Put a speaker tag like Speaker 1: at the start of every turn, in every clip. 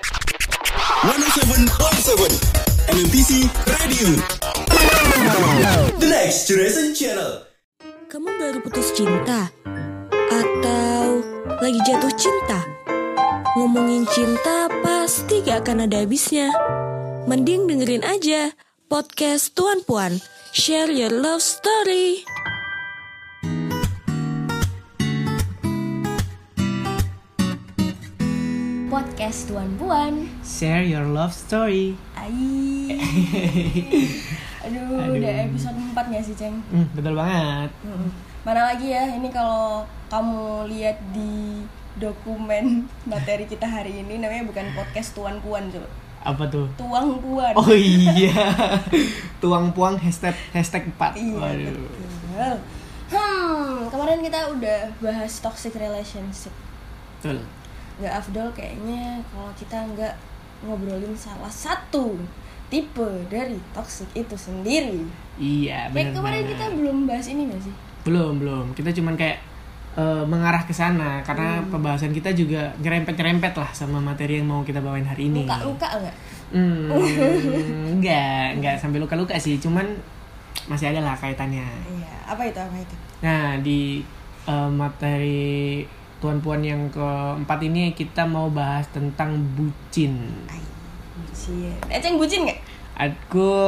Speaker 1: 107.7 MMTC Radio. The Next Generation Channel.
Speaker 2: Kamu baru putus cinta? Atau lagi jatuh cinta? Ngomongin cinta pasti gak akan ada habisnya. Mending dengerin aja podcast Tuan Puan, Share Your Love Story.
Speaker 3: Podcast Tuan Puan,
Speaker 4: Share Your Love Story.
Speaker 3: Aduh, udah episode 4 gak sih, Ceng?
Speaker 4: Betul banget.
Speaker 3: Mana lagi ya, ini kalau kamu lihat di dokumen materi kita hari ini, namanya bukan podcast Tuan Puan, coba.
Speaker 4: Apa tuh?
Speaker 3: Tuang Puan.
Speaker 4: Oh iya. Tuang Puang hashtag 4.
Speaker 3: Iya, betul. Kemarin kita udah bahas toxic relationship.
Speaker 4: Betul.
Speaker 3: Gak afdol kayaknya kalau kita nggak ngobrolin salah satu tipe dari toxic itu sendiri.
Speaker 4: Iya, benar.
Speaker 3: Kayak kemarin kita belum bahas ini nggak sih?
Speaker 4: Belum. Kita cuman kayak mengarah ke sana karena pembahasan kita juga nyerempet lah sama materi yang mau kita bawain hari ini.
Speaker 3: Luka nggak?
Speaker 4: Enggak sampai luka-luka sih, cuman masih ada lah kaitannya.
Speaker 3: Iya, apa itu?
Speaker 4: Nah, di materi Tuan Puan yang keempat ini kita mau bahas tentang bucin.
Speaker 3: Bucin. Ceng bucin nggak?
Speaker 4: Aku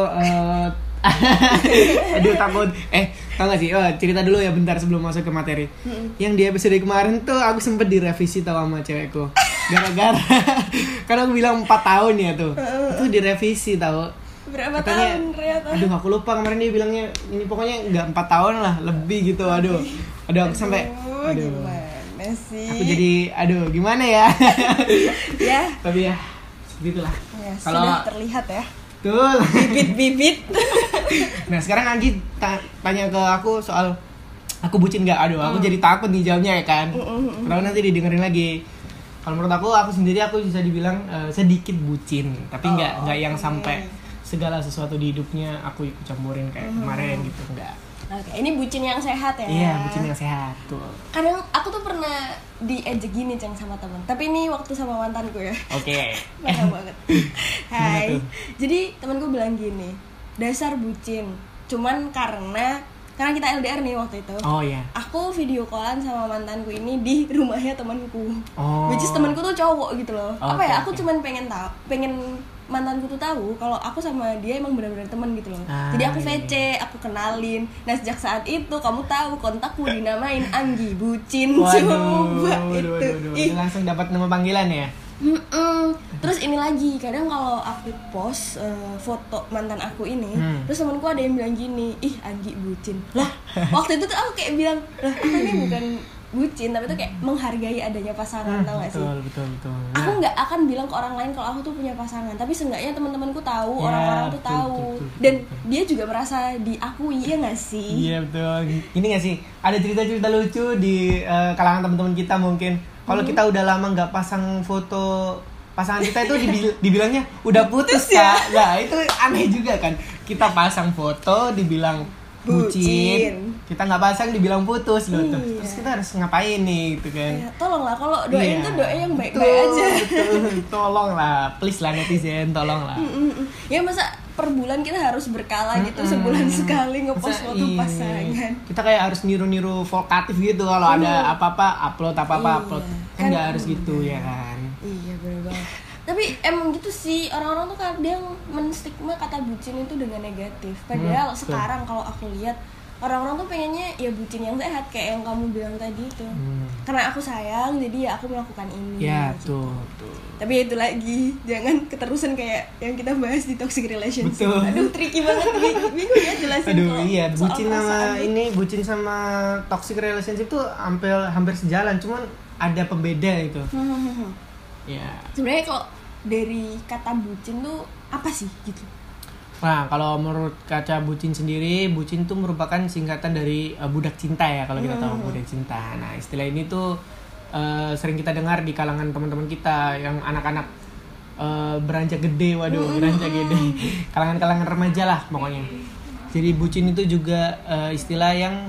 Speaker 4: aduh takut. Tau gak sih? Cerita dulu ya bentar sebelum masuk ke materi. Yang di episode kemarin tuh aku sempet direvisi tau sama cewekku. Gara-gara karena aku bilang 4 tahun ya tuh. Itu direvisi tau.
Speaker 3: Berapa
Speaker 4: Katanya,
Speaker 3: tahun ternyata?
Speaker 4: Aduh aku lupa kemarin dia bilangnya ini pokoknya nggak 4 tahun lah lebih gitu. Aduh aku sampai
Speaker 3: gimana sih?
Speaker 4: Aku jadi gimana ya?
Speaker 3: Ya.
Speaker 4: Tapi ya begitulah.
Speaker 3: Ya,
Speaker 4: Kalau
Speaker 3: sudah terlihat ya.
Speaker 4: betul.
Speaker 3: Bibit.
Speaker 4: Nah sekarang Anggi tanya ke aku soal aku bucin nggak? Aku jadi takut nih jawabnya ya kan. Kalau nanti didengerin lagi. Kalau menurut aku sendiri aku bisa dibilang sedikit bucin, tapi nggak yang sampai segala sesuatu di hidupnya aku ikut campurin kayak kemarin gitu, enggak.
Speaker 3: Oke, ini bucin yang sehat ya?
Speaker 4: Iya, bucin yang sehat tuh.
Speaker 3: Kadang aku tuh pernah diejek gini, Ceng, sama teman. Tapi ini waktu sama mantanku ya.
Speaker 4: Oke.
Speaker 3: Parah banget. Hai. Jadi temanku bilang gini, dasar bucin. Cuman karena kita LDR nih waktu itu.
Speaker 4: Oh iya.
Speaker 3: Aku video callan sama mantanku ini di rumahnya temanku.
Speaker 4: Oh.
Speaker 3: Which is temanku tuh cowok gitu loh.
Speaker 4: Oh,
Speaker 3: apa ya?
Speaker 4: okay.
Speaker 3: Aku cuman pengen mantanku tuh tahu kalau aku sama dia emang benar-benar teman gitu loh. Jadi aku VC, aku kenalin. Nah sejak saat itu kamu tahu kontakku dinamain Anggi Bucin. Coba itu.
Speaker 4: Ih. Langsung dapat nama panggilan ya.
Speaker 3: Terus ini lagi, kadang kalau aku post foto mantan aku ini, terus temanku ada yang bilang gini, ih Anggi bucin. Lah, waktu itu tuh aku kayak bilang, lah aku ini bukan bucin, tapi itu kayak menghargai adanya pasangan, tau gak sih?
Speaker 4: Betul.
Speaker 3: Aku nggak akan bilang ke orang lain kalau aku tuh punya pasangan, tapi seenggaknya teman-temanku tahu,
Speaker 4: Ya,
Speaker 3: orang-orang tuh
Speaker 4: betul,
Speaker 3: tahu,
Speaker 4: betul.
Speaker 3: dan dia juga merasa diakui, ya nggak sih?
Speaker 4: Iya betul. Ini nggak sih? Ada cerita-cerita lucu di kalangan teman-teman kita mungkin. Kalau kita udah lama nggak pasang foto pasangan kita itu dibilangnya udah putus ya. Nah itu aneh juga kan. Kita pasang foto dibilang bucin. Kita nggak pasang dibilang putus loh. Terus kita harus ngapain nih gitu kan?
Speaker 3: Ya, tolonglah kalau doain tuh doa yang baik-baik aja.
Speaker 4: Betul. Tolonglah, please lah netizen, tolonglah.
Speaker 3: Ya masa per bulan kita harus berkala gitu, sebulan sekali ngepost foto pasangan.
Speaker 4: Kita kayak harus niru-niru vokatif gitu kalau ada apa-apa upload upload. Kan nggak harus gitu ya kan.
Speaker 3: Iya benar banget. Tapi emang gitu sih, orang-orang tuh kadang menstigma kata bucin itu dengan negatif. Padahal sekarang kalau aku lihat orang-orang tuh pengennya ya bucin yang sehat kayak yang kamu bilang tadi itu. Karena aku sayang jadi ya aku melakukan ini.
Speaker 4: Ya
Speaker 3: gitu.
Speaker 4: tuh.
Speaker 3: Tapi itu lagi, jangan keterusan kayak yang kita bahas di toxic relationship.
Speaker 4: Betul.
Speaker 3: Aduh tricky banget, bingung ya jelasin.
Speaker 4: Aduh iya,
Speaker 3: soal
Speaker 4: bucin sama toxic relationship tuh hampir sejalan, cuman ada pembeda itu. Ya.
Speaker 3: Sebenarnya kalau dari kata bucin tuh apa sih gitu?
Speaker 4: Nah, kalau menurut kaca bucin sendiri, bucin tuh merupakan singkatan dari budak cinta ya, kalau kita tahu budak cinta. Nah, istilah ini tuh sering kita dengar di kalangan teman-teman kita yang anak-anak beranjak gede, beranjak gede. Kalangan-kalangan remaja lah pokoknya. Jadi bucin itu juga istilah yang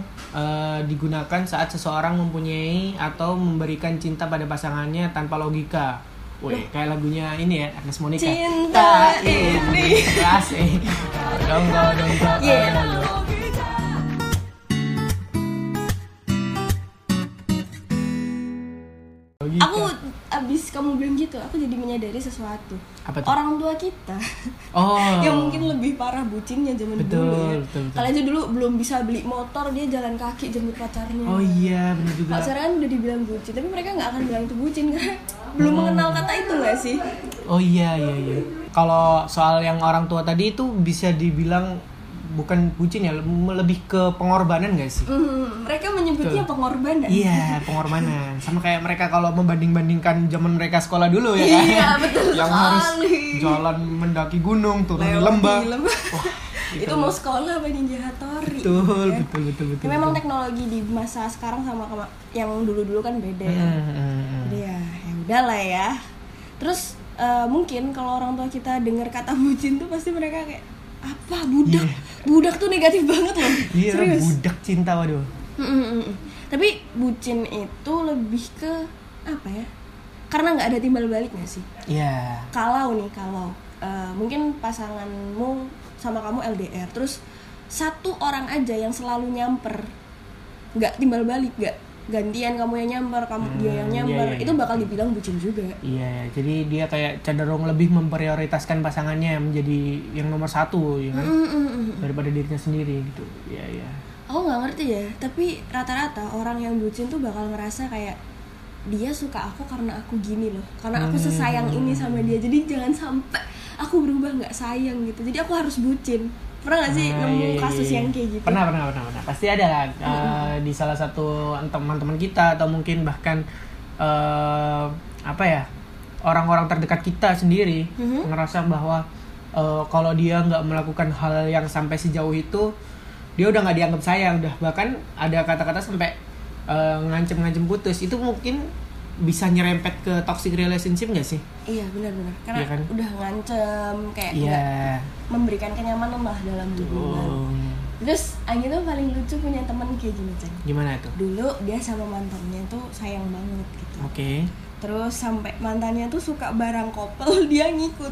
Speaker 4: digunakan saat seseorang mempunyai atau memberikan cinta pada pasangannya tanpa logika. Wih, kayak lagunya ini ya, Agnes Monica.
Speaker 3: Cinta ini.
Speaker 4: Asik. Donggo.
Speaker 3: Yeah.
Speaker 4: Gitu.
Speaker 3: Aku abis kamu bilang gitu, aku jadi menyadari sesuatu.
Speaker 4: Apa tuh?
Speaker 3: Orang tua kita
Speaker 4: Oh.
Speaker 3: yang mungkin lebih parah bucinnya zaman
Speaker 4: Betul,
Speaker 3: dulu ya.
Speaker 4: betul.
Speaker 3: Kalian aja dulu belum bisa beli motor, dia jalan kaki jemput pacarnya.
Speaker 4: Oh iya, benar juga.
Speaker 3: Kalau sekarang udah dibilang bucin, tapi mereka nggak akan bilang itu bucin karena belum mengenal kata itu nggak sih?
Speaker 4: Oh iya. Kalau soal yang orang tua tadi itu bisa dibilang bukan bucin ya, lebih ke pengorbanan gak sih?
Speaker 3: Mereka menyebutnya
Speaker 4: Betul.
Speaker 3: pengorbanan.
Speaker 4: Iya, pengorbanan. Sama kayak mereka kalau membanding-bandingkan zaman mereka sekolah dulu ya kan.
Speaker 3: Iya, betul
Speaker 4: Yang
Speaker 3: sekali.
Speaker 4: harus jalan mendaki gunung, turun di lembah. Wah,
Speaker 3: Itu mau sekolah apa Ninja Hattori?
Speaker 4: betul,
Speaker 3: ya.
Speaker 4: betul.
Speaker 3: Ya, memang teknologi di masa sekarang sama yang dulu-dulu kan beda ya. Jadi ya udahlah ya. Terus mungkin kalau orang tua kita dengar kata bucin tuh pasti mereka kayak apa budak?
Speaker 4: Iya.
Speaker 3: Budak tuh negatif banget loh.
Speaker 4: Iya,
Speaker 3: Serius.
Speaker 4: budak cinta, waduh.
Speaker 3: Tapi bucin itu lebih ke apa ya? Karena nggak ada timbal balik nggak sih?
Speaker 4: Iya.
Speaker 3: Kalau mungkin pasanganmu sama kamu LDR, terus satu orang aja yang selalu nyamper, nggak timbal balik, nggak gantian kamu yang nyamper, dia yang nyamper,
Speaker 4: iya.
Speaker 3: itu bakal dibilang bucin juga.
Speaker 4: Iya, jadi dia kayak cenderung lebih memprioritaskan pasangannya menjadi yang nomor satu, ya kan? Daripada dirinya sendiri gitu. Iya.
Speaker 3: Aku nggak ngerti ya, tapi rata-rata orang yang bucin tuh bakal ngerasa kayak dia suka aku karena aku gini loh, karena aku sesayang ini sama dia, jadi jangan sampai aku berubah nggak sayang gitu, jadi aku harus bucin. Pernah nggak sih nemu kasus yang kayak gitu?
Speaker 4: Pernah. Pasti ada lah di salah satu teman-teman kita atau mungkin bahkan orang-orang terdekat kita sendiri ngerasa bahwa kalau dia nggak melakukan hal yang sampai sejauh itu, dia udah nggak dianggap sayang, udah bahkan ada kata-kata sampai ngancem putus. Itu mungkin bisa nyerempet ke toxic relationship nggak sih?
Speaker 3: Iya benar-benar, karena
Speaker 4: Iya kan?
Speaker 3: udah ngancem kayak
Speaker 4: Iya.
Speaker 3: nggak memberikan kenyamanan lah dalam hubungan. Terus Anggi tuh paling lucu punya teman kayak gini Ceng.
Speaker 4: Gimana tuh?
Speaker 3: Dulu dia sama mantannya tuh sayang banget gitu.
Speaker 4: Oke.
Speaker 3: Terus sampai mantannya tuh suka barang couple, dia ngikut.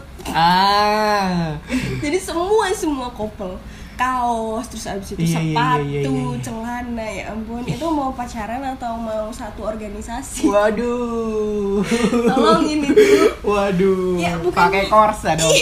Speaker 3: Jadi semua couple, kaos, terus abis itu
Speaker 4: Iya.
Speaker 3: sepatu, celana, ya ampun, itu mau pacaran atau mau satu organisasi?
Speaker 4: Waduh.
Speaker 3: Tolong ini tuh.
Speaker 4: Waduh.
Speaker 3: Ya, bukan-
Speaker 4: Pakai korsa dong.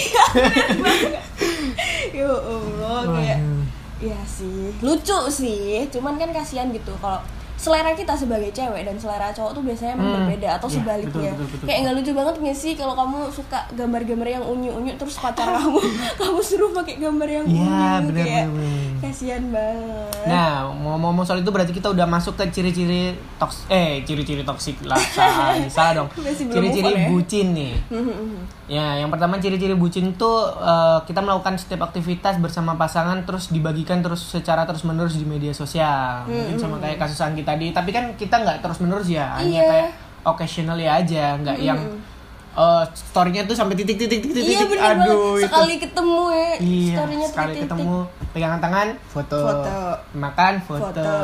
Speaker 3: Ya Allah, kayak ya sih, lucu sih, cuman kan kasihan gitu kalau selera kita sebagai cewek dan selera cowok tuh biasanya emang berbeda atau
Speaker 4: Ya,
Speaker 3: sebaliknya.
Speaker 4: betul.
Speaker 3: Kayak nggak lucu banget nggak sih kalau kamu suka gambar-gambar yang unyu-unyu terus pacar kamu suruh pakai gambar yang unyu,
Speaker 4: Iya,
Speaker 3: kayak
Speaker 4: benar.
Speaker 3: kasihan banget.
Speaker 4: Nah, ngomong soal itu berarti kita udah masuk ke ciri-ciri toksik lah. Salah dong.
Speaker 3: Masih belum
Speaker 4: Ciri-ciri
Speaker 3: move on ya?
Speaker 4: bucin nih. Ya, yang pertama ciri-ciri bucin tuh kita melakukan setiap aktivitas bersama pasangan terus dibagikan terus secara terus-menerus di media sosial. Mungkin sama kayak kasus Anggi tadi, tapi kan kita nggak terus-menerus ya, hanya
Speaker 3: Iya.
Speaker 4: kayak occasionally aja, nggak yang story-nya tuh sampai titik.
Speaker 3: Iya bener banget,
Speaker 4: Aduh, itu.
Speaker 3: sekali ketemu ya,
Speaker 4: Iya,
Speaker 3: story-nya
Speaker 4: sekali
Speaker 3: titik-titik.
Speaker 4: ketemu pegangan tangan, foto. Makan, foto.
Speaker 3: Foto.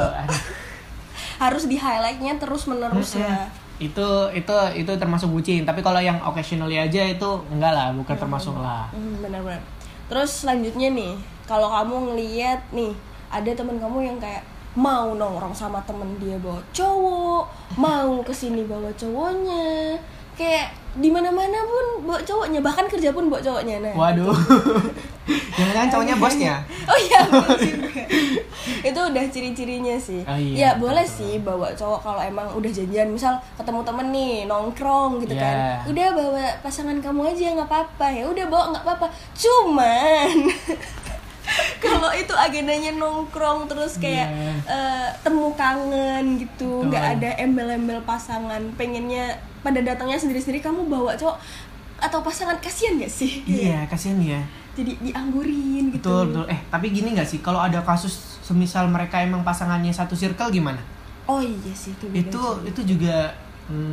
Speaker 3: Harus di highlightnya terus menerus ya.
Speaker 4: Itu termasuk bucin. Tapi kalau yang occasionally aja itu enggak lah, bukan termasuk lah.
Speaker 3: Benar-benar. Terus selanjutnya nih, kalau kamu ngeliat nih ada temen kamu yang kayak mau nongkrong sama temen dia bawa cowok, mau kesini bawa cowoknya, kayak di mana-mana pun bawa cowoknya, bahkan kerja pun bawa cowoknya. Nah,
Speaker 4: Waduh. Jangan-jangan cowoknya bosnya.
Speaker 3: oh iya bener juga. Itu udah ciri-cirinya sih.
Speaker 4: Oh iya,
Speaker 3: Ya boleh
Speaker 4: betul.
Speaker 3: sih bawa cowok kalau emang udah janjian, misal ketemu temen nih nongkrong gitu
Speaker 4: Iya.
Speaker 3: kan. Udah bawa pasangan kamu aja nggak apa-apa ya. Udah bawa nggak apa-apa. Cuman kalau itu agendanya nongkrong terus kayak temu kangen gitu,
Speaker 4: Betul.
Speaker 3: nggak ada embel-embel pasangan, pengennya pada datangnya sendiri-sendiri, kamu bawa cowok atau pasangan, kasihan gak sih?
Speaker 4: Iya, kasihan ya.
Speaker 3: Jadi dianggurin gitu.
Speaker 4: Betul. Tapi gini nggak sih, kalau ada kasus semisal mereka emang pasangannya satu circle gimana?
Speaker 3: Oh iya sih itu beda sih.
Speaker 4: Itu juga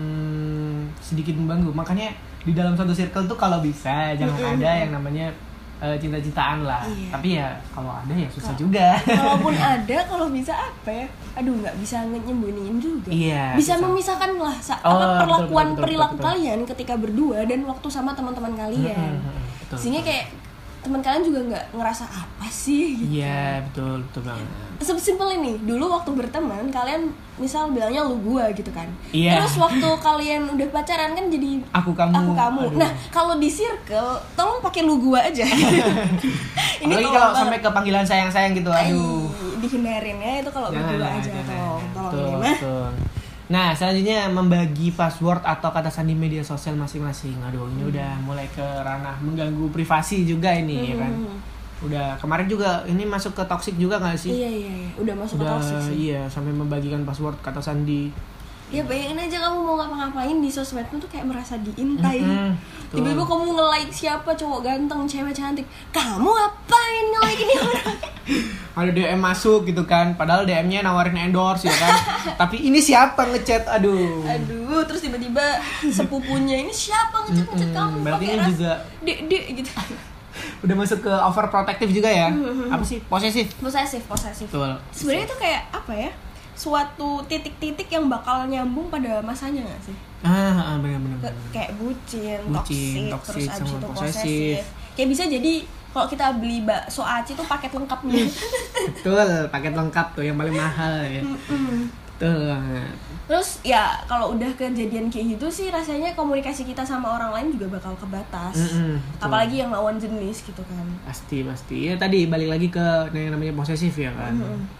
Speaker 4: sedikit mengganggu. Makanya di dalam satu circle tuh kalau bisa jangan ada yang namanya cinta-cintaan lah.
Speaker 3: Iya.
Speaker 4: Tapi ya kalau ada ya susah juga.
Speaker 3: Kalaupun ada, kalau bisa apa ya? Aduh, nggak bisa nyembunyiin juga.
Speaker 4: Iya,
Speaker 3: Bisa
Speaker 4: susah.
Speaker 3: memisahkan lah
Speaker 4: Oh,
Speaker 3: perlakuan
Speaker 4: betul,
Speaker 3: perilaku
Speaker 4: betul.
Speaker 3: kalian ketika berdua dan waktu sama teman-teman kalian.
Speaker 4: Betul.
Speaker 3: Sehingga kayak teman kalian juga nggak ngerasa apa sih gitu.
Speaker 4: Iya, betul banget.
Speaker 3: Sesimpel ini, dulu waktu berteman kalian misal bilangnya lu gua gitu kan.
Speaker 4: Iya.
Speaker 3: Terus waktu kalian udah pacaran kan jadi
Speaker 4: Aku kamu. Aduh.
Speaker 3: Nah, kalau di circle tolong pakai lu gua aja. Ini
Speaker 4: Apalagi kalau sampai ke panggilan sayang-sayang gitu, aduh.
Speaker 3: dihindarin ya itu kalau berdua aja tolong
Speaker 4: Betul,
Speaker 3: ini mah.
Speaker 4: betul. Nah, selanjutnya membagi password atau kata sandi media sosial masing-masing. Aduh, ini udah mulai ke ranah mengganggu privasi juga ini, ya kan. Udah kemarin juga ini masuk ke toxic juga nggak sih?
Speaker 3: Iya, udah masuk ke
Speaker 4: Udah,
Speaker 3: toxic sih.
Speaker 4: iya, sampai membagikan password kata sandi.
Speaker 3: Ya bayangin aja kamu mau ngapa-ngapain di sosmedmu tuh kayak merasa diintai.
Speaker 4: Betul.
Speaker 3: Tiba-tiba kamu nge-like siapa cowok ganteng, cewek cantik. Kamu ngapain nge-like ini orang?
Speaker 4: Ada DM masuk gitu kan, padahal DM-nya nawarin endorse ya kan. Tapi ini siapa ngechat? Aduh.
Speaker 3: Aduh, terus tiba-tiba sepupunya ini siapa ngechat kamu
Speaker 4: Berarti
Speaker 3: pakai
Speaker 4: ini
Speaker 3: ras
Speaker 4: juga
Speaker 3: dek gitu.
Speaker 4: udah masuk ke overprotective juga ya. Apa sih? Posesif.
Speaker 3: Posesif.
Speaker 4: Betul.
Speaker 3: Sebenarnya itu kayak apa ya? Suatu titik-titik yang bakal nyambung pada masanya nggak sih?
Speaker 4: Benar-benar.
Speaker 3: Kayak bucin,
Speaker 4: Toxic,
Speaker 3: terus abis
Speaker 4: sama
Speaker 3: itu
Speaker 4: posesif.
Speaker 3: posesif. Kayak bisa jadi kalau kita beli bakso aci tuh paket lengkapnya.
Speaker 4: Betul, paket lengkap tuh yang paling mahal ya. Betul banget.
Speaker 3: Terus ya kalau udah kejadian kayak gitu sih rasanya komunikasi kita sama orang lain juga bakal kebatas.
Speaker 4: Betul.
Speaker 3: Apalagi yang lawan jenis gitu kan.
Speaker 4: Pasti. Ya tadi balik lagi ke yang namanya posesif ya kan.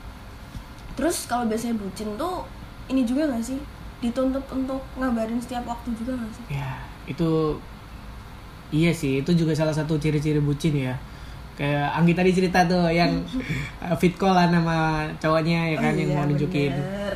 Speaker 3: Terus kalau biasanya bucin tuh ini juga nggak sih? Dituntut untuk ngabarin setiap waktu juga nggak sih?
Speaker 4: Ya, itu iya sih, itu juga salah satu ciri-ciri bucin ya. Kayak Anggi tadi cerita tuh yang fit call-an sama cowoknya ya kan, yang mau nunjukin.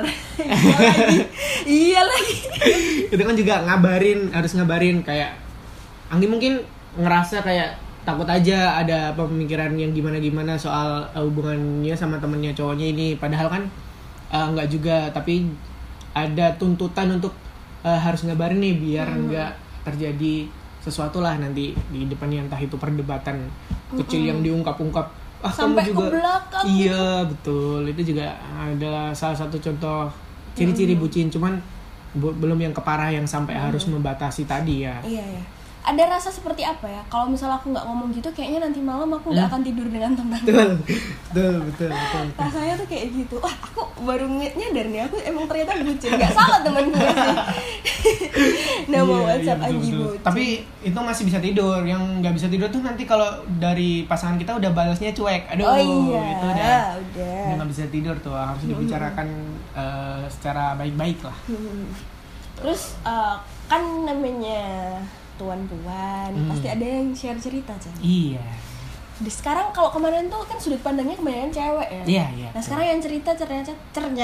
Speaker 3: Iya lagi.
Speaker 4: Itu kan juga harus ngabarin kayak Anggi mungkin ngerasa kayak takut aja ada pemikiran yang gimana-gimana soal hubungannya sama temennya cowoknya ini, padahal kan enggak juga, tapi ada tuntutan untuk harus ngabarin nih biar enggak terjadi sesuatu lah nanti di depannya, entah itu perdebatan kecil yang diungkap-ungkap
Speaker 3: sampai
Speaker 4: kamu juga
Speaker 3: ke belakang.
Speaker 4: iya betul, itu juga adalah salah satu contoh ciri-ciri bucin, cuman belum yang keparah yang sampai harus membatasi tadi ya.
Speaker 3: Iya ya. Ada rasa seperti apa ya? Kalau misalnya aku nggak ngomong gitu, kayaknya nanti malam aku nggak akan tidur dengan tenang.
Speaker 4: Betul.
Speaker 3: Rasanya tuh kayak gitu. Wah, aku baru nyadar nih, aku emang ternyata bucin. Nggak salah temen gue sih. Nama WhatsApp
Speaker 4: betul,
Speaker 3: Anggi
Speaker 4: betul.
Speaker 3: bucin.
Speaker 4: Tapi itu masih bisa tidur. Yang nggak bisa tidur tuh nanti kalau dari pasangan kita udah balasnya cuek. Aduh,
Speaker 3: Oh iya,
Speaker 4: itu
Speaker 3: udah.
Speaker 4: nggak bisa tidur tuh. Harus dibicarakan secara baik-baik lah.
Speaker 3: Terus kan namanya tuan-tuan, pasti ada yang share cerita, Chan.
Speaker 4: Iya.
Speaker 3: Sekarang kalau kemarin tuh kan sudut pandangnya kebanyakan cewek ya.
Speaker 4: Iya.
Speaker 3: Nah sekarang yang cerita ternyata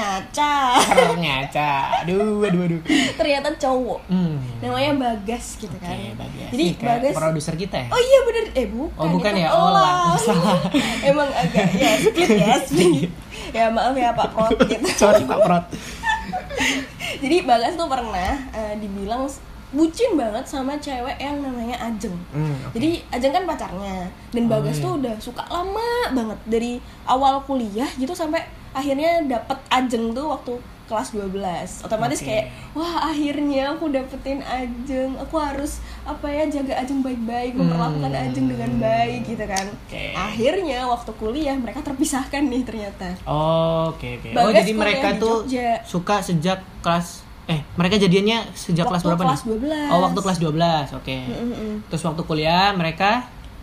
Speaker 4: Aduh.
Speaker 3: ternyata cowok. Namanya Bagas gitu kan.
Speaker 4: Oke, Bagas.
Speaker 3: Jadi
Speaker 4: Ini kayak
Speaker 3: Bagas
Speaker 4: produser kita ya.
Speaker 3: Oh iya bener, bukan.
Speaker 4: Oh, bukan
Speaker 3: itu
Speaker 4: ya? Oh,
Speaker 3: Elang.
Speaker 4: salah.
Speaker 3: Emang agak ya split. Ya maaf ya Pak Prot gitu.
Speaker 4: Sorry Pak Prot.
Speaker 3: Jadi Bagas tuh pernah dibilang bucin banget sama cewek yang namanya Ajeng.
Speaker 4: Okay.
Speaker 3: Jadi Ajeng kan pacarnya, dan Bagas tuh udah suka lama banget dari awal kuliah gitu sampai akhirnya dapet Ajeng tuh waktu kelas 12. Otomatis kayak wah akhirnya aku dapetin Ajeng, aku harus jaga Ajeng baik-baik, memperlakukan Ajeng dengan baik gitu kan. Akhirnya waktu kuliah mereka terpisahkan nih ternyata.
Speaker 4: Oke.
Speaker 3: Bagas
Speaker 4: Jadi
Speaker 3: kuliah
Speaker 4: mereka
Speaker 3: di
Speaker 4: tuh
Speaker 3: Jogja.
Speaker 4: suka sejak kelas mereka jadiannya sejak kelas berapa
Speaker 3: kelas
Speaker 4: nih?
Speaker 3: 12.
Speaker 4: Oh, waktu kelas 12. Oke. Terus waktu kuliah mereka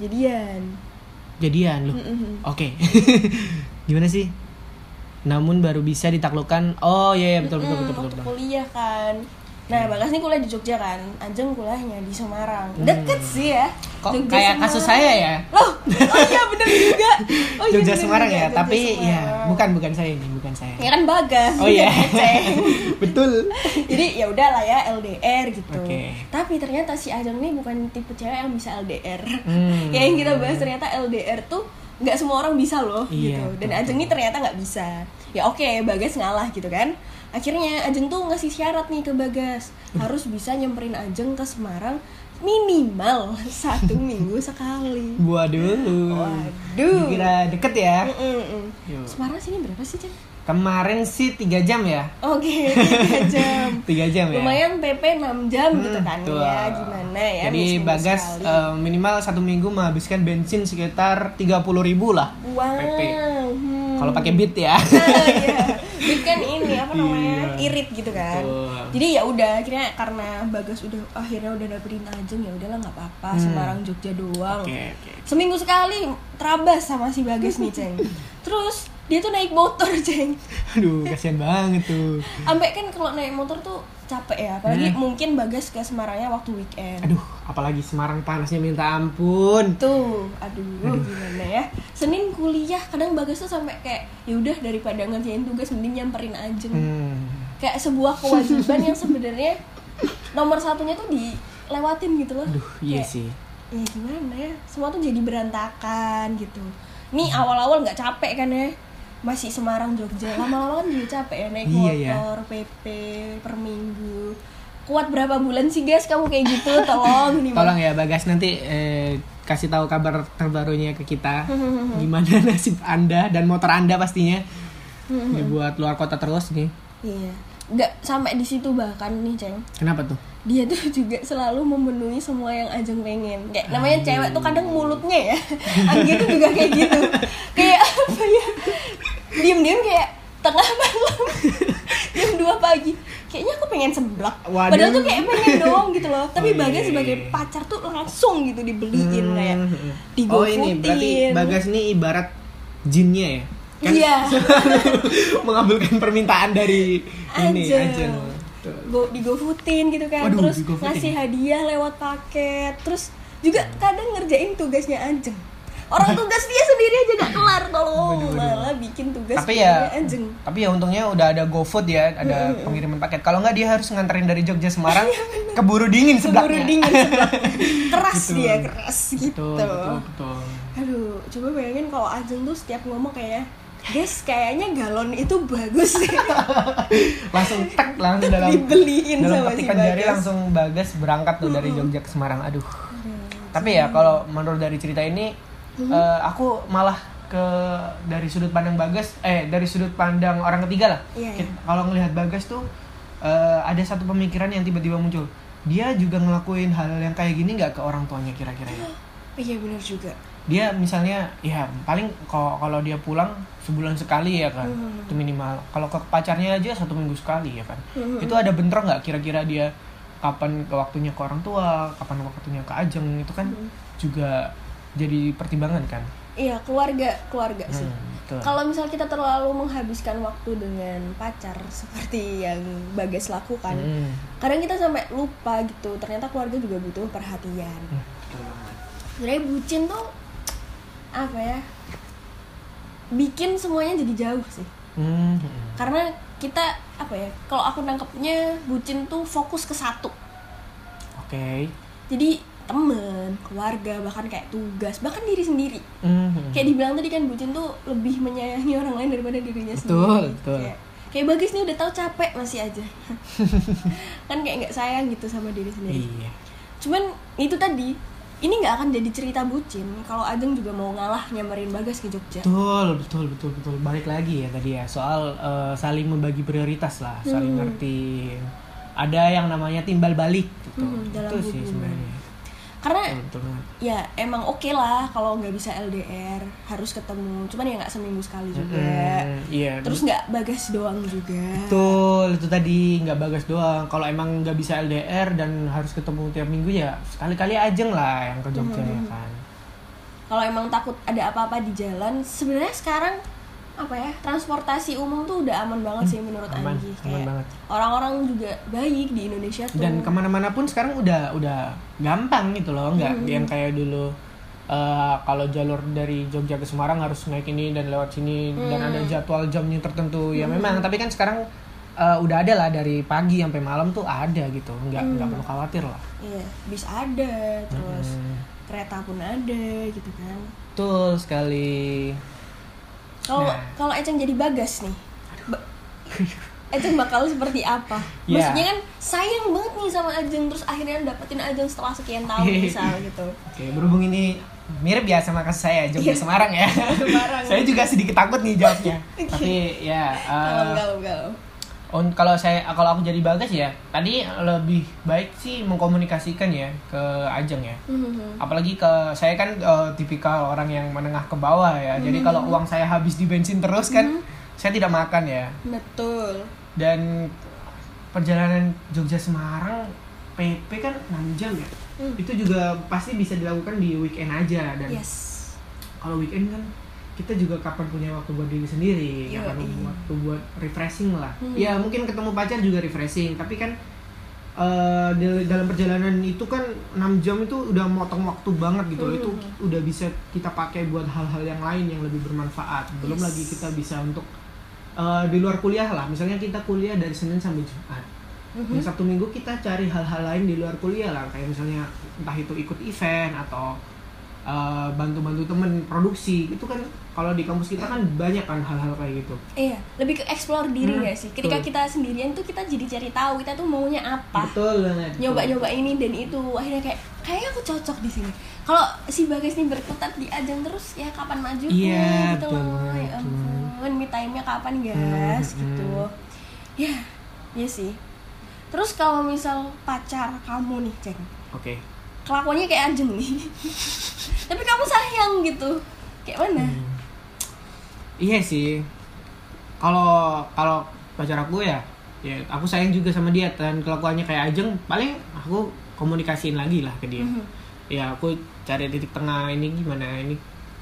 Speaker 4: jadian loh. Oke. Gimana sih? Namun baru bisa ditaklukkan. Oh iya, betul.
Speaker 3: Waktu kuliah kan. Nah, Bagas nih kuliah di Jogja kan, Ajeng kuliahnya di Semarang. Deket sih ya.
Speaker 4: Kok
Speaker 3: Jogja,
Speaker 4: kayak
Speaker 3: Semarang.
Speaker 4: kasus saya ya?
Speaker 3: Loh, oh iya bener juga. Oh, iya,
Speaker 4: Jogja
Speaker 3: bener
Speaker 4: Semarang
Speaker 3: juga,
Speaker 4: ya,
Speaker 3: Jogja
Speaker 4: tapi
Speaker 3: Semarang.
Speaker 4: ya bukan saya ini, bukan saya.
Speaker 3: Ya kan Bagas.
Speaker 4: Oh iya.
Speaker 3: bukan Ceng.
Speaker 4: Betul.
Speaker 3: Jadi ya udahlah ya LDR gitu.
Speaker 4: Oke.
Speaker 3: Tapi ternyata si Ajeng nih bukan tipe cewek yang bisa LDR. Kayak yang kita bahas ternyata LDR tuh nggak semua orang bisa loh
Speaker 4: Iya,
Speaker 3: gitu. Dan
Speaker 4: betul.
Speaker 3: Ajeng nih ternyata nggak bisa. Ya oke, Bagas ngalah gitu kan. Akhirnya Ajeng tuh ngasih syarat nih ke Bagas, harus bisa nyamperin Ajeng ke Semarang minimal 1 minggu sekali.
Speaker 4: Waduh.
Speaker 3: Waduh.
Speaker 4: Dikira deket ya. Yuk.
Speaker 3: Semarang sini berapa sih, Cen?
Speaker 4: Kemarin sih 3 jam ya.
Speaker 3: Oke, 3 jam.
Speaker 4: 3 jam ya.
Speaker 3: Lumayan PP 6 jam gitu kan
Speaker 4: betul.
Speaker 3: ya. Gimana ya?
Speaker 4: Jadi
Speaker 3: seminggu
Speaker 4: Bagas
Speaker 3: sekali.
Speaker 4: minimal 1 minggu menghabiskan bensin sekitar 30.000 lah.
Speaker 3: Wow.
Speaker 4: PP. Kalau pakai Beat ya.
Speaker 3: Nah, iya. Beat kan ini apa namanya?
Speaker 4: Iya.
Speaker 3: Irit gitu kan.
Speaker 4: Betul.
Speaker 3: Jadi ya udah akhirnya karena Bagas akhirnya udah dapetin Ajeng, ya udahlah nggak apa-apa. Semarang Jogja doang.
Speaker 4: Oke.
Speaker 3: Seminggu sekali terabas sama si Bagas nih, Ceng. Terus dia tuh naik motor, Ceng.
Speaker 4: Aduh, kasihan banget tuh.
Speaker 3: Sampai kan kalau naik motor tuh capek ya, apalagi mungkin Bagas ke Semarangnya waktu weekend.
Speaker 4: Aduh, apalagi Semarang panasnya minta ampun.
Speaker 3: Tuh, aduh gimana ya. Senin kuliah kadang Bagas tuh sampai kayak ya udah daripada ngerjain tugas mending nyamperin Ajeng. Kayak sebuah kewajiban yang sebenarnya nomor satunya tuh dilewatin gitu loh.
Speaker 4: Aduh, iya
Speaker 3: Kayak,
Speaker 4: sih.
Speaker 3: ya gimana ya, semua tuh jadi berantakan gitu. Nih awal-awal nggak capek kan ya, masih Semarang Jogja, lama-lama kan juga capek ya naik
Speaker 4: Iya,
Speaker 3: motor PP per minggu. Kuat berapa bulan sih guys kamu kayak gitu? Tolong nih.
Speaker 4: Tolong ya Bagas nanti kasih tahu kabar terbarunya ke kita. Gimana nasib Anda dan motor Anda pastinya. Ini buat luar kota terus nih.
Speaker 3: Iya. Nggak sampai di situ bahkan nih, Ceng.
Speaker 4: Kenapa tuh?
Speaker 3: Dia tuh juga selalu memenuhi semua yang Ajeng pengen. Kayak namanya cewek tuh kadang mulutnya ya. Anggi tuh juga kayak gitu. Kayak apa ya? Diam-diam kayak tengah malam jam 2 pagi. Kayaknya aku pengen seblak.
Speaker 4: Waduh.
Speaker 3: Padahal tuh kayak pengen doang gitu loh. Tapi
Speaker 4: Oh,
Speaker 3: Bagas
Speaker 4: iya.
Speaker 3: sebagai pacar tuh langsung gitu dibeliin kayak digofoodin.
Speaker 4: Oh ini berarti Bagas ini ibarat jinnya ya? Kan
Speaker 3: Iya.
Speaker 4: mengabulkan permintaan dari ini
Speaker 3: Ajeng.
Speaker 4: Tuh.
Speaker 3: Digofoodin gitu kan.
Speaker 4: Waduh,
Speaker 3: Terus
Speaker 4: digofoodin.
Speaker 3: ngasih hadiah lewat paket. Terus juga kadang ngerjain tugasnya Ajeng. Orang tugas dia sendiri aja gak kelar, tolong. Malah bikin tugas
Speaker 4: Tapi ya,
Speaker 3: Ajeng.
Speaker 4: tapi ya untungnya udah ada GoFood ya, ada pengiriman paket. Kalau nggak dia harus nganterin dari Jogja Semarang, keburu dingin
Speaker 3: Keburu
Speaker 4: sebelaknya.
Speaker 3: dingin sebelaknya. Keras
Speaker 4: Betul.
Speaker 3: dia, keras gitu.
Speaker 4: Betul.
Speaker 3: Aduh, coba bayangin kalau Ajeng tuh setiap ngomong kayak, guys, kayaknya galon itu bagus deh.
Speaker 4: Langsung langsung dalam
Speaker 3: Dibeliin
Speaker 4: dalam
Speaker 3: sama si
Speaker 4: petikan jari
Speaker 3: Bagas.
Speaker 4: langsung Bagas berangkat tuh dari Jogja ke Semarang. Aduh. Tapi ya kalau menurut dari cerita ini, aku malah dari sudut pandang Bagas, dari sudut pandang orang ketiga lah.
Speaker 3: Iya.
Speaker 4: Kalau ngelihat Bagas tuh ada satu pemikiran yang tiba-tiba muncul. Dia juga ngelakuin hal yang kayak gini nggak ke orang tuanya kira-kira ya?
Speaker 3: Iya benar juga.
Speaker 4: Dia misalnya ya paling kalau dia pulang sebulan sekali ya kan, itu minimal. Kalau ke pacarnya aja 1 minggu sekali ya kan. Itu ada bentrok nggak kira-kira dia kapan ke waktunya ke orang tua, kapan waktunya ke Ajeng, itu kan juga jadi pertimbangan kan.
Speaker 3: Iya, keluarga sih.
Speaker 4: Betul.
Speaker 3: Kalau misal kita terlalu menghabiskan waktu dengan pacar seperti yang Bagas lakukan, kadang kita sampai lupa gitu. Ternyata keluarga juga butuh perhatian.
Speaker 4: Betul banget.
Speaker 3: Sebenarnya bucin tuh apa ya? Bikin semuanya jadi jauh sih. Karena kita apa ya? Kalau aku nangkepnya bucin tuh fokus ke satu.
Speaker 4: Oke.
Speaker 3: Jadi temen, keluarga, bahkan kayak tugas, bahkan diri sendiri. Kayak dibilang tadi kan bucin tuh lebih menyayangi orang lain daripada dirinya sendiri.
Speaker 4: Betul.
Speaker 3: Kayak Bagas nih udah tahu capek masih aja. Kan kayak nggak sayang gitu sama diri sendiri.
Speaker 4: Iya.
Speaker 3: Cuman itu tadi, ini nggak akan jadi cerita bucin kalau Ajeng juga mau ngalah nyamperin Bagas ke Jogja.
Speaker 4: Betul. Balik lagi ya tadi ya soal saling membagi prioritas lah, saling ngerti. Ada yang namanya timbal balik gitu.
Speaker 3: Dalam
Speaker 4: Itu sih
Speaker 3: hubungan.
Speaker 4: sebenarnya.
Speaker 3: Karena
Speaker 4: Betul banget.
Speaker 3: ya emang oke lah kalau nggak bisa LDR harus ketemu. Cuman ya nggak seminggu sekali juga.
Speaker 4: Iya.
Speaker 3: Terus nggak Bagas doang juga.
Speaker 4: Betul, itu tadi nggak Bagas doang. Kalau emang nggak bisa LDR dan harus ketemu tiap minggu ya sekali-kali Ajeng lah yang ke Jogja ya kan.
Speaker 3: Kalau emang takut ada apa-apa di jalan, sebenarnya sekarang apa ya, transportasi umum tuh udah aman banget sih menurut
Speaker 4: aman,
Speaker 3: Anggi.
Speaker 4: aman
Speaker 3: Kayak
Speaker 4: banget.
Speaker 3: orang-orang juga baik di Indonesia tuh.
Speaker 4: Dan kemana-mana pun sekarang udah gampang gitu loh, nggak yang kayak dulu kalau jalur dari Jogja ke Semarang harus naik ini dan lewat sini dan ada jadwal jamnya tertentu ya memang. Tapi kan sekarang udah ada lah dari pagi sampai malam tuh ada gitu, nggak perlu khawatir lah.
Speaker 3: Iya, bis ada, terus kereta pun ada gitu kan.
Speaker 4: Betul sekali.
Speaker 3: Kalau Eceng jadi Bagas nih, Ajeng bakal seperti apa.
Speaker 4: Yeah.
Speaker 3: Maksudnya kan sayang banget nih sama Ajeng, terus akhirnya dapetin Ajeng setelah sekian tahun misal gitu.
Speaker 4: Oke, berhubung ini mirip ya sama kasus saya, Jogja Semarang ya.
Speaker 3: Semarang.
Speaker 4: Saya juga sedikit takut nih jawabnya. Tapi ya
Speaker 3: Galau.
Speaker 4: kalau aku jadi Bagas ya, tadi lebih baik sih mengkomunikasikan ya ke Ajeng ya. Apalagi saya kan tipikal orang yang menengah ke bawah ya. Jadi kalau uang saya habis di bensin terus kan, saya tidak makan ya.
Speaker 3: Betul.
Speaker 4: Dan perjalanan Jogja Semarang PP kan 6 jam ya. Itu juga pasti bisa dilakukan di weekend aja. Dan kalau weekend kan kita juga kapan punya waktu buat diri sendiri, kapan waktu buat refreshing lah. Ya mungkin ketemu pacar juga refreshing, tapi kan dalam perjalanan itu kan 6 jam itu udah motong waktu banget gitu loh. Itu udah bisa kita pakai buat hal-hal yang lain yang lebih bermanfaat. Belum lagi kita bisa untuk di luar kuliah lah. Misalnya kita kuliah dari Senin sampai Jumat. Yang Sabtu Minggu kita cari hal-hal lain di luar kuliah lah, kayak misalnya entah itu ikut event atau bantu-bantu temen produksi. Itu kan kalau di kampus kita kan banyak kan hal-hal kayak gitu.
Speaker 3: Iya, lebih ke explore diri ya sih. Ketika kita sendirian tuh kita jadi cari tahu kita tuh maunya apa.
Speaker 4: Betul banget.
Speaker 3: Nyoba-nyoba ini dan itu, akhirnya kayaknya aku cocok di sini. Kalau si Bagas nih berkutat di Ajeng terus, ya kapan maju gitu loh. Ya ampun, me time-nya kapan guys gitu. Ya sih. Terus kalau misal pacar kamu nih, Ceng.
Speaker 4: Oke.
Speaker 3: Kelakuannya kayak Ajeng nih. Tapi kamu sayang gitu. Kayak mana?
Speaker 4: Iya sih. Kalau pacar aku ya aku sayang juga sama dia, dan kelakuannya kayak Ajeng, paling aku komunikasiin lagi lah ke dia. Ya aku cari titik tengah, ini gimana ini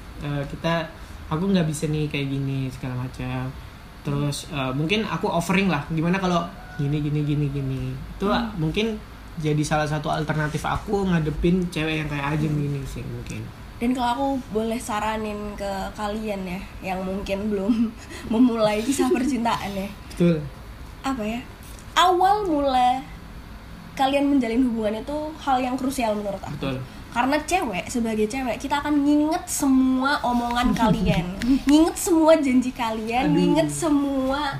Speaker 4: aku nggak bisa nih kayak gini segala macam. Terus mungkin aku offering lah, gimana kalau gini. Itu mungkin jadi salah satu alternatif aku ngadepin cewek yang kayak Ajeng gini sih mungkin.
Speaker 3: Dan kalau aku boleh saranin ke kalian ya, yang mungkin belum memulai kisah percintaan ya.
Speaker 4: Betul.
Speaker 3: Apa ya? Awal mula kalian menjalin hubungan itu hal yang krusial menurut aku.
Speaker 4: Betul.
Speaker 3: Karena sebagai cewek, kita akan nginget semua omongan kalian, nginget semua janji kalian, nginget semua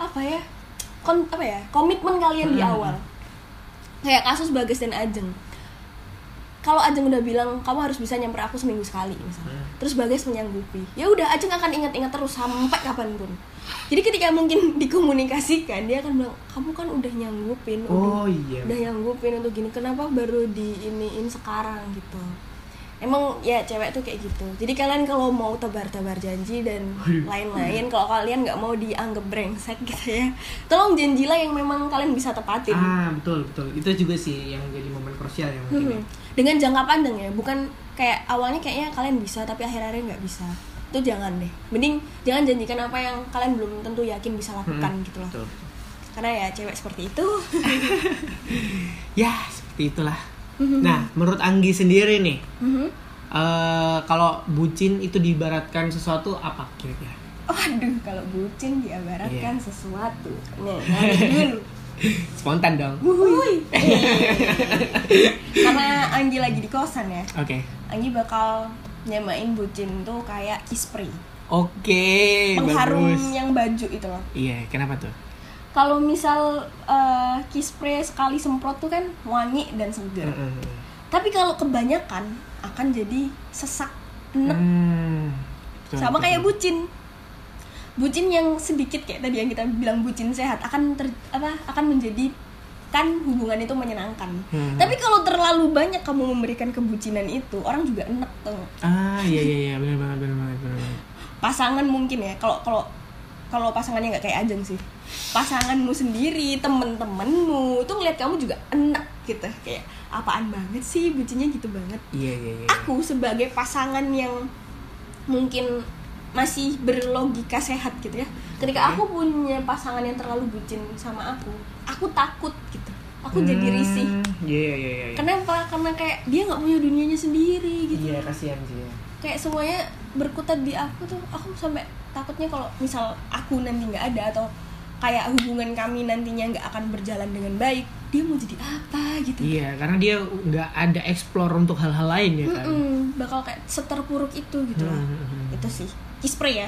Speaker 3: komitmen kalian di awal. Kayak kasus Bagas dan Ajeng. Kalau Ajeng udah bilang kamu harus bisa nyamper aku seminggu sekali misalnya, terus Bagas menyanggupi, ya udah Ajeng akan ingat-ingat terus sampai kapanpun. Jadi ketika mungkin dikomunikasikan, dia akan bilang kamu kan udah nyanggupin, udah nyanggupin untuk gini, kenapa baru diiniin sekarang gitu. Emang ya cewek tuh kayak gitu. Jadi kalian kalau mau tebar-tebar janji dan lain-lain, kalau kalian nggak mau dianggap brengsek gitu ya, tolong janjilah yang memang kalian bisa tepatin.
Speaker 4: Betul. Itu juga sih yang jadi momen krusial yang mungkin.
Speaker 3: Dengan jangka panjang ya, bukan kayak awalnya kayaknya kalian bisa tapi akhir-akhirnya nggak bisa. Itu jangan deh. Mending jangan janjikan apa yang kalian belum tentu yakin bisa lakukan gitu loh. Betul. Karena ya cewek seperti itu.
Speaker 4: Ya seperti itulah. Nah, menurut Anggi sendiri nih, kalau bucin itu diibaratkan sesuatu apa kira-kira?
Speaker 3: Waduh, kalau bucin diibaratkan sesuatu. Nih, dulu.
Speaker 4: Spontan dong.
Speaker 3: Wuhui. Karena Anggi lagi di kosan ya.
Speaker 4: Oke.
Speaker 3: Anggi bakal nyamain bucin tuh kayak kispray.
Speaker 4: Oke.
Speaker 3: Pengharum
Speaker 4: bagus.
Speaker 3: yang baju itu loh.
Speaker 4: Iya, kenapa tuh?
Speaker 3: Kalau misal kispray sekali semprot tuh kan wangi dan segar. Tapi kalau kebanyakan akan jadi sesak, enek. Sama kayak bucin. Bucin yang sedikit kayak tadi yang kita bilang bucin sehat akan menjadikan hubungan itu menyenangkan. Tapi kalau terlalu banyak kamu memberikan kebucinan itu, orang juga enek tuh.
Speaker 4: Iya benar banget.
Speaker 3: Pasangan mungkin ya, kalau pasangannya nggak kayak Ajeng sih, pasanganmu sendiri, temen-temenmu tuh ngeliat kamu juga enek gitu, kayak apaan banget sih bucinnya gitu banget.
Speaker 4: Iya.
Speaker 3: Aku sebagai pasangan yang mungkin masih berlogika sehat gitu ya, ketika aku punya pasangan yang terlalu bucin sama aku takut gitu, aku jadi risih.
Speaker 4: Iya.
Speaker 3: Kenapa? Karena kayak dia nggak punya dunianya sendiri gitu.
Speaker 4: Iya, kasihan sih ya.
Speaker 3: Kayak semuanya berkutat di aku tuh, aku sampai takutnya kalau misal aku nanti nggak ada atau kayak hubungan kami nantinya nggak akan berjalan dengan baik, dia mau jadi apa gitu.
Speaker 4: Iya, karena dia nggak ada explore untuk hal-hal lain ya kan.
Speaker 3: Bakal kayak seterpuruk itu gitu lah. Itu sih kispray ya.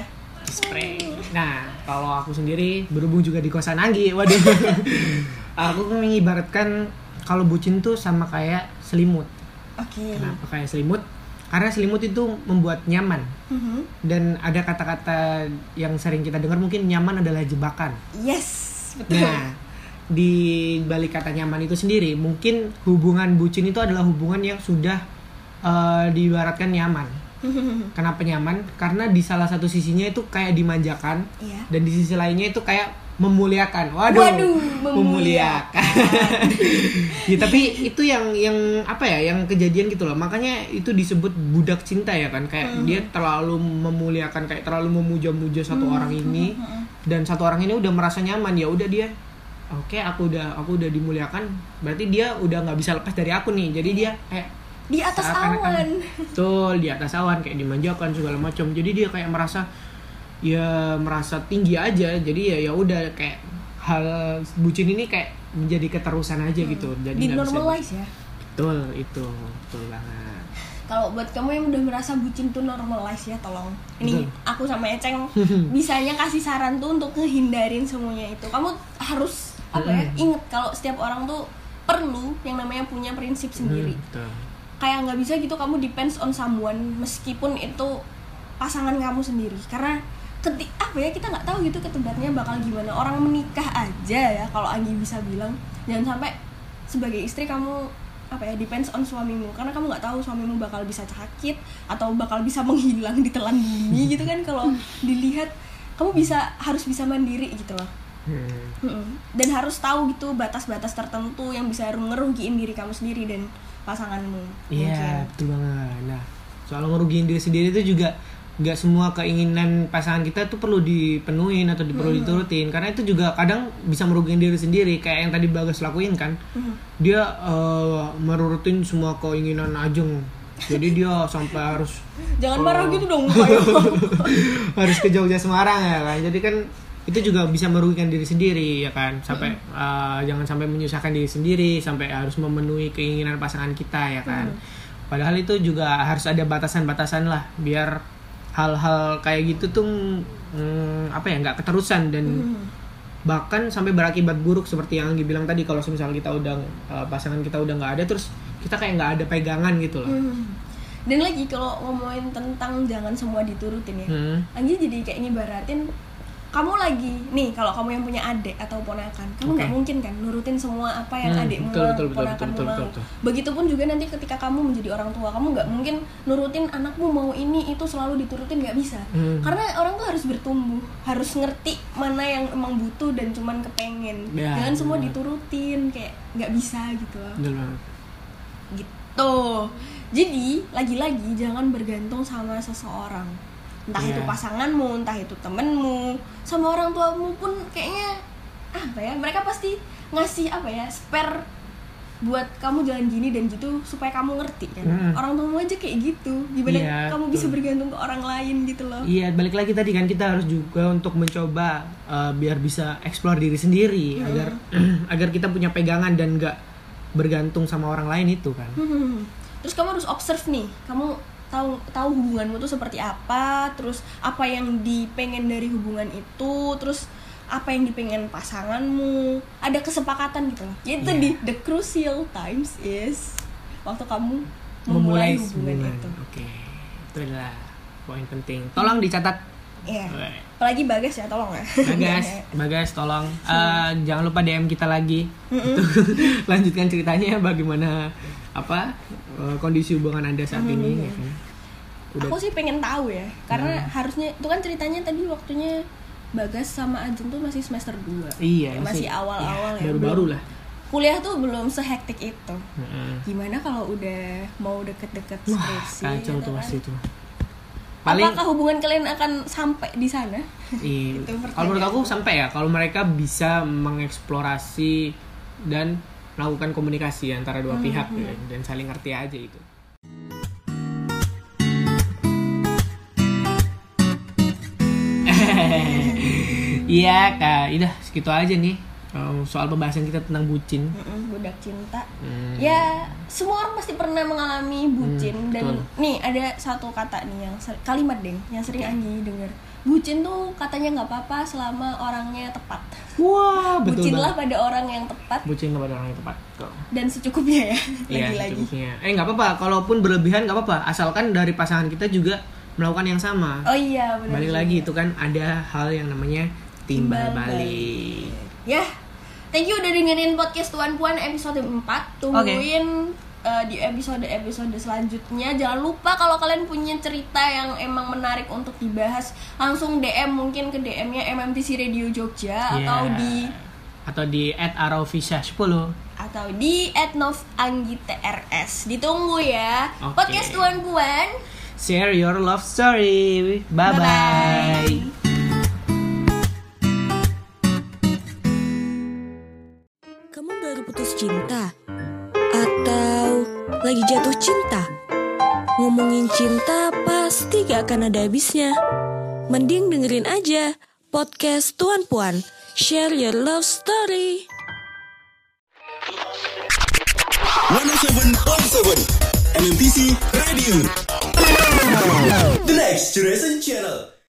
Speaker 4: spray. Nah, kalau aku sendiri berhubung juga di kosan Anggi, waduh. Aku mengibaratkan kalau bucin tuh sama kayak selimut.
Speaker 3: Oke.
Speaker 4: Kenapa kayak selimut? Karena selimut itu membuat nyaman. Dan ada kata-kata yang sering kita dengar, mungkin nyaman adalah jebakan.
Speaker 3: Yes, betul.
Speaker 4: Nah, di balik kata nyaman itu sendiri, mungkin hubungan bucin itu adalah hubungan yang sudah diibaratkan nyaman. Kenapa nyaman? Karena di salah satu sisinya itu kayak dimanjakan,
Speaker 3: Iya.
Speaker 4: dan di sisi lainnya itu kayak memuliakan. Waduh, memuliakan. Ya, tapi itu yang apa ya? Yang kejadian gitu loh. Makanya itu disebut budak cinta ya kan? Kayak dia terlalu memuliakan, kayak terlalu memuja-muja satu orang ini, dan satu orang ini udah merasa nyaman, ya udah dia, oke, aku udah dimuliakan, berarti dia udah nggak bisa lepas dari aku nih. Jadi dia kayak
Speaker 3: Di atas awan.
Speaker 4: Betul, di atas awan, kayak dimanjakan segala macam. Jadi dia kayak merasa tinggi aja. Jadi ya udah, kayak hal bucin ini kayak menjadi keterusan aja gitu. Jadi
Speaker 3: Di
Speaker 4: nggak bisa.
Speaker 3: normalize ya.
Speaker 4: Betul, itu betul banget.
Speaker 3: Kalau buat kamu yang udah merasa bucin tuh normalize ya, tolong. Ini
Speaker 4: Betul.
Speaker 3: aku sama Eceng bisanya kasih saran tuh untuk ngehindarin semuanya itu. Kamu harus inget kalau setiap orang tuh perlu yang namanya punya prinsip sendiri.
Speaker 4: Betul.
Speaker 3: Kayak nggak bisa gitu kamu depends on someone meskipun itu pasangan kamu sendiri. Karena kita nggak tahu gitu ketebatnya bakal gimana. Orang menikah aja ya, kalau Anggi bisa bilang, jangan sampai sebagai istri kamu depends on suamimu, karena kamu nggak tahu suamimu bakal bisa sakit atau bakal bisa menghilang di telan bumi gitu kan. Kalau dilihat kamu harus bisa mandiri gitu loh. Dan harus tahu gitu batas-batas tertentu yang bisa ngerugiin diri kamu sendiri dan pasanganmu.
Speaker 4: Iya, betul banget. Nah, soal ngerugiin diri sendiri itu juga nggak semua keinginan pasangan kita tuh perlu dipenuhin atau perlu diturutin, karena itu juga kadang bisa merugikan diri sendiri. Kayak yang tadi Bagas lakuin kan, dia merurutin semua keinginan Ajeng, jadi dia sampai harus
Speaker 3: Jangan marah gitu dong.
Speaker 4: harus ke Jogja Semarang ya kan. Jadi kan itu juga bisa merugikan diri sendiri ya kan, sampai jangan sampai menyusahkan diri sendiri sampai harus memenuhi keinginan pasangan kita ya kan. Padahal itu juga harus ada batasan-batasan lah, biar hal-hal kayak gitu tuh nggak keterusan dan bahkan sampai berakibat buruk seperti yang Anggi bilang tadi. Kalau misalnya kita udah pasangan kita udah nggak ada, terus kita kayak nggak ada pegangan gitu loh.
Speaker 3: Dan lagi kalau ngomongin tentang jangan semua diturutin ya, Anggi jadi kayak ngibaratin kamu lagi nih, kalau kamu yang punya adik atau ponakan, kamu nggak mungkin kan nurutin semua apa yang adikmu ponakanmu mau. Begitupun juga nanti ketika kamu menjadi orang tua, kamu nggak mungkin nurutin anakmu mau ini itu selalu diturutin, nggak bisa. Karena orang tuh harus bertumbuh, harus ngerti mana yang emang butuh dan cuman kepengen. Jangan semua diturutin, kayak nggak bisa gitu loh. Gitu. Jadi lagi-lagi jangan bergantung sama seseorang. Entah itu pasanganmu, entah itu temenmu, sama orang tuamu pun kayaknya mereka pasti ngasih spare buat kamu jalan gini dan gitu supaya kamu ngerti kan. Orang tuamu aja kayak gitu, gimana kamu bisa bergantung ke orang lain gitu loh. Iya,
Speaker 4: balik lagi tadi kan, kita harus juga untuk mencoba biar bisa explore diri sendiri, agar kita punya pegangan dan nggak bergantung sama orang lain itu kan.
Speaker 3: Terus kamu harus observe nih, kamu tahu hubunganmu tuh seperti apa, terus apa yang dipengen dari hubungan itu, terus apa yang dipengen pasanganmu, ada kesepakatan gitu loh. Itu di the crucial times is waktu kamu memulai hubungan itu.
Speaker 4: Oke. Itu adalah poin penting. Tolong dicatat.
Speaker 3: Iya. Apalagi Bagas ya, tolong ya.
Speaker 4: Bagas tolong. Jangan lupa DM kita lagi. Lanjutkan ceritanya bagaimana kondisi hubungan Anda saat ini ya kan?
Speaker 3: Aku sih pengen tahu ya, karena harusnya itu kan ceritanya tadi waktunya Bagas sama Ajeng tuh masih semester 2.
Speaker 4: Iya,
Speaker 3: masih awal-awal ya.
Speaker 4: Baru-baru lah.
Speaker 3: Kuliah tuh belum sehektik itu. Gimana kalau udah mau deket-deket skripsi?
Speaker 4: Kacau tuh pasti tuh.
Speaker 3: Apakah hubungan kalian akan sampai di sana?
Speaker 4: Iya. Kalau menurut aku sampai ya, kalau mereka bisa mengeksplorasi dan melakukan komunikasi antara dua pihak ya, dan saling ngerti aja itu. Iya kak, udah segitu aja nih soal pembahasan kita tentang bucin.
Speaker 3: Budak cinta. Ya semua orang pasti pernah mengalami bucin. bucin. Dan
Speaker 4: betul.
Speaker 3: nih ada satu kata nih kalimat yang sering Anggi denger. Bucin tuh katanya nggak apa-apa selama orangnya tepat.
Speaker 4: Wah, betul
Speaker 3: Bucinlah
Speaker 4: banget.
Speaker 3: pada orang yang tepat
Speaker 4: Bucinlah pada orang yang tepat. Tuh.
Speaker 3: dan secukupnya ya.
Speaker 4: Iya,
Speaker 3: Lagi-lagi.
Speaker 4: secukupnya. Nggak apa-apa, kalaupun berlebihan nggak apa-apa, asalkan dari pasangan kita juga melakukan yang sama.
Speaker 3: Oh iya benar.
Speaker 4: Balik lagi itu kan ada hal yang namanya timbal
Speaker 3: Timbal
Speaker 4: balik.
Speaker 3: Ya, thank you udah dengerin podcast Tuan Puan episode 4. Tungguin di episode selanjutnya. Jangan lupa kalau kalian punya cerita yang emang menarik untuk dibahas, langsung DM mungkin ke DM-nya MMTC Radio Jogja atau di
Speaker 4: @arovisa10
Speaker 3: atau di @novanggitrs. Ditunggu ya.
Speaker 4: Oke.
Speaker 3: Podcast Tuan Puan.
Speaker 4: Share your love story. Bye-bye.
Speaker 2: Kamu baru putus cinta? Atau lagi jatuh cinta? Ngomongin cinta pasti gak akan ada habisnya. Mending dengerin aja podcast Tuan Puan. Share your love story.
Speaker 1: 107.7 MMTC Radio. The Next Generation Channel.